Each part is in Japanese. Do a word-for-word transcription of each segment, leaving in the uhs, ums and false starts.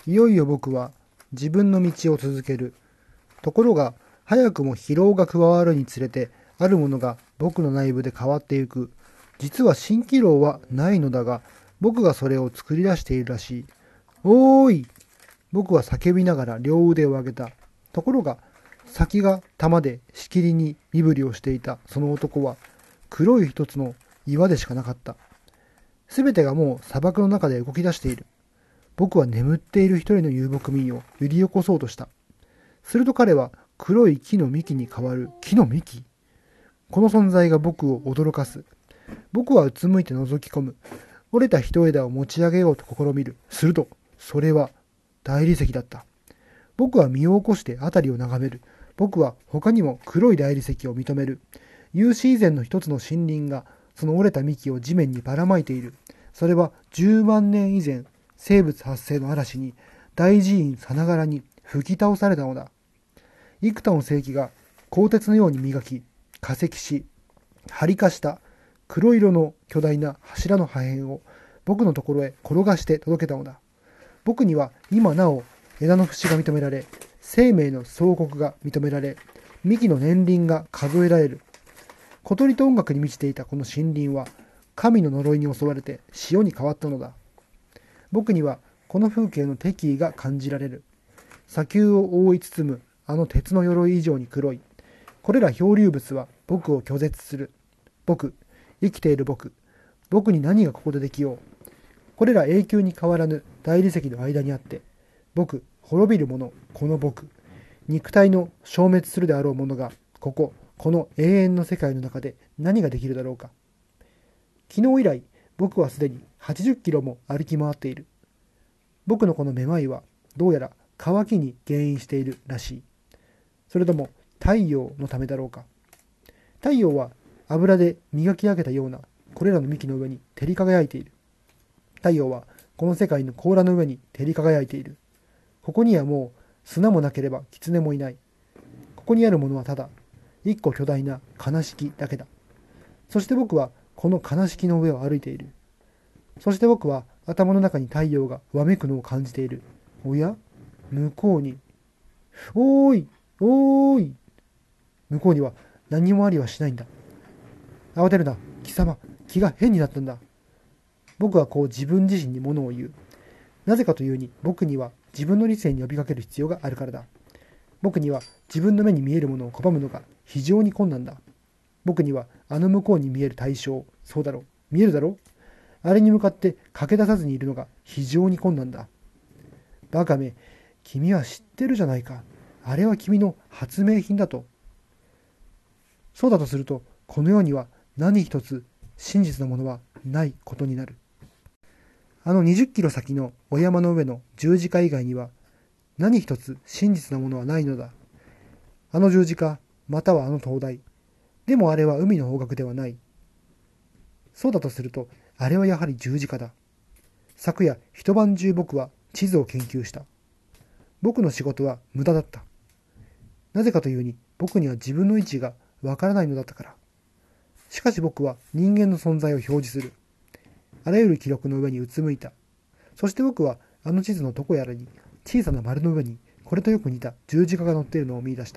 いよいよ僕は自分の道を続ける。ところが、早くも疲労が加わるにつれて、あるものが僕の内部で変わっていく。実は蜃気楼はないのだが、僕がそれを作り出しているらしい。おーい！僕は叫びながら両腕を上げた。ところが、先が玉でしきりに身振りをしていたその男は、黒い一つの岩でしかなかった。すべてがもう砂漠の中で動き出している。僕は眠っている一人の遊牧民を揺り起こそうとした。すると彼は黒い木の幹に変わる。木の幹？この存在が僕を驚かす。僕はうつむいて覗き込む。折れた一枝を持ち上げようと試みる。すると、それは大理石だった。僕は身を起こして辺りを眺める。僕は他にも黒い大理石を認める。有史以前の一つの森林がその折れた幹を地面にばらまいている。それはじゅうまんねん以前、生物発生の嵐に大寺院さながらに吹き倒されたのだ。幾多の世紀が鋼鉄のように磨き、化石し、張化した黒色の巨大な柱の破片を僕のところへ転がして届けたのだ。僕には今なお枝の節が認められ、生命の総国が認められ、幹の年輪が数えられる。小鳥と音楽に満ちていたこの森林は、神の呪いに襲われて塩に変わったのだ。僕にはこの風景の敵意が感じられる。砂丘を覆い包むあの鉄の鎧以上に黒い。これら漂流物は僕を拒絶する。僕、生きている僕。僕に何がここでできよう。これら永久に変わらぬ大理石の間にあって、僕、滅びる者、この僕。肉体の消滅するであろうものが、ここ、この永遠の世界の中で何ができるだろうか。昨日以来、僕はすでにはちじゅっキロも歩き回っている。僕のこのめまいは、どうやら渇きに原因しているらしい。それとも太陽のためだろうか。太陽は油で磨き上げたようなこれらの幹の上に照り輝いている。太陽はこの世界の甲羅の上に照り輝いている。ここにはもう砂もなければ狐もいない。ここにあるものはただ一個巨大な悲しきだけだ。そして僕はこの悲しきの上を歩いている。そして僕は頭の中に太陽がわめくのを感じている。おや？向こうに。おーい！おーい！向こうには何もありはしないんだ。慌てるな、貴様。気が変になったんだ。僕はこう自分自身に物を言う。なぜかというに、僕には自分の理性に呼びかける必要があるからだ。僕には自分の目に見えるものを拒むのが非常に困難だ。僕にはあの向こうに見える対象、そうだろう、見えるだろう。あれに向かって駆け出さずにいるのが非常に困難だ。バカめ、君は知ってるじゃないか。あれは君の発明品だと。そうだとすると、この世には何一つ真実のものはないことになる。あのにじゅっキロ先のお山の上の十字架以外には何一つ真実のものはないのだ。あの十字架、またはあの灯台。でもあれは海の方角ではない。そうだとすると、あれはやはり十字架だ。昨夜一晩中僕は地図を研究した。僕の仕事は無駄だった。なぜかというに、僕には自分の位置がわからないのだったから。しかし僕は人間の存在を表示する。あらゆる記録の上にうつむいた。そして僕はあの地図のどこやらに小さな丸の上にこれとよく似た十字架が載っているのを見出した。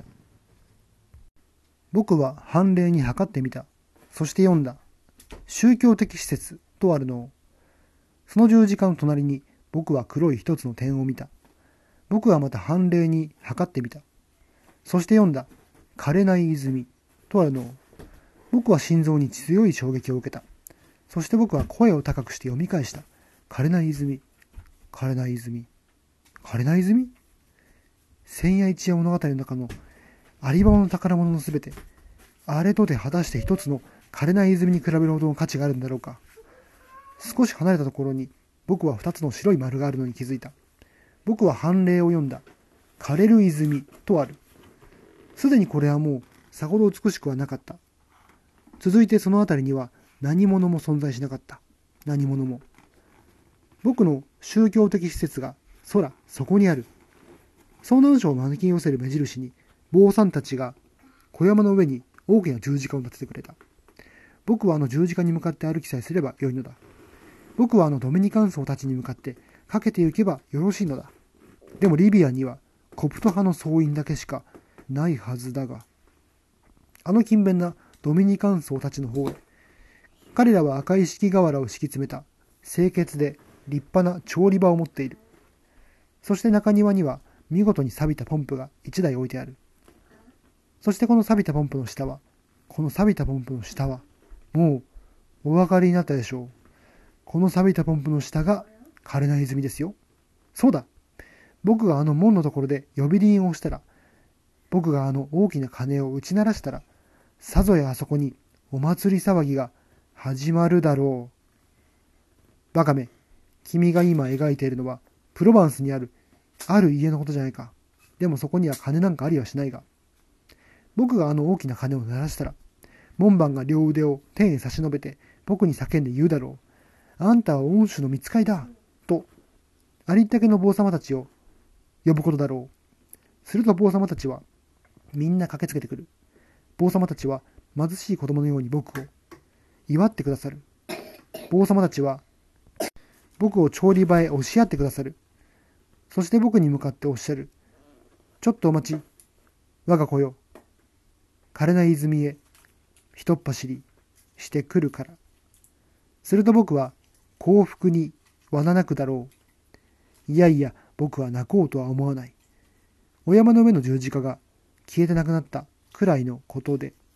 僕は判例に測ってみた。そして読んだ。宗教的施設とあるのを。その十字架の隣に僕は黒い一つの点を見た。僕はまた判例に測ってみた。そして読んだ。枯れない泉とあるのを。僕は心臓に強い衝撃を受けた。そして僕は声を高くして読み返した。枯れない泉、枯れない泉、枯れない泉。千夜一夜物語の中のアリババの宝物のすべて、あれとて果たして一つの枯れない泉に比べるほどの価値があるんだろうか。少し離れたところに僕は二つの白い丸があるのに気づいた。僕は判例を読んだ。枯れる泉とある。すでにこれはもうさほど美しくはなかった。続いてそのあたりには何者も存在しなかった。何者も。僕の宗教的施設が空、そこにある。遭難者を招き寄せる目印に、坊さんたちが小山の上に大きな十字架を立ててくれた。僕はあの十字架に向かって歩きさえすればよいのだ。僕はあのドミニカン僧たちに向かってかけて行けばよろしいのだ。 でもリビアにはコプト派の総員だけしかないはずだが、あの勤勉なドミニカン僧たちの方へ。彼らは赤い敷瓦を敷き詰めた清潔で立派な調理場を持っている。そして中庭には見事に錆びたポンプが一台置いてある。そしてこの錆びたポンプの下は、この錆びたポンプの下は、もうお分かりになったでしょう。この錆びたポンプの下が枯れない泉ですよ。そうだ。僕があの門のところで呼び鈴を押したら、僕があの大きな鐘を打ち鳴らしたら、さぞやあそこにお祭り騒ぎが始まるだろう。バカめ、君が今描いているのはプロバンスにあるある家のことじゃないか。でもそこには鐘なんかありはしないが、僕があの大きな鐘を鳴らしたら、門番が両腕を天へ差し伸べて僕に叫んで言うだろう。あんたは恩主の見つかりだと、ありったけの坊様たちを呼ぶことだろう。すると坊様たちはみんな駆けつけてくる。坊様たちは貧しい子供のように僕を祝ってくださる。坊様たちは僕を調理場へ押し合ってくださる。そして僕に向かっておっしゃる。ちょっとお待ち。我が子よ。枯れない泉へ一っ走りしてくるから。すると僕は幸福にわな泣くだろう。いやいや、僕は泣こうとは思わない。お山の上の十字架が消えてなくなったくらいのことで。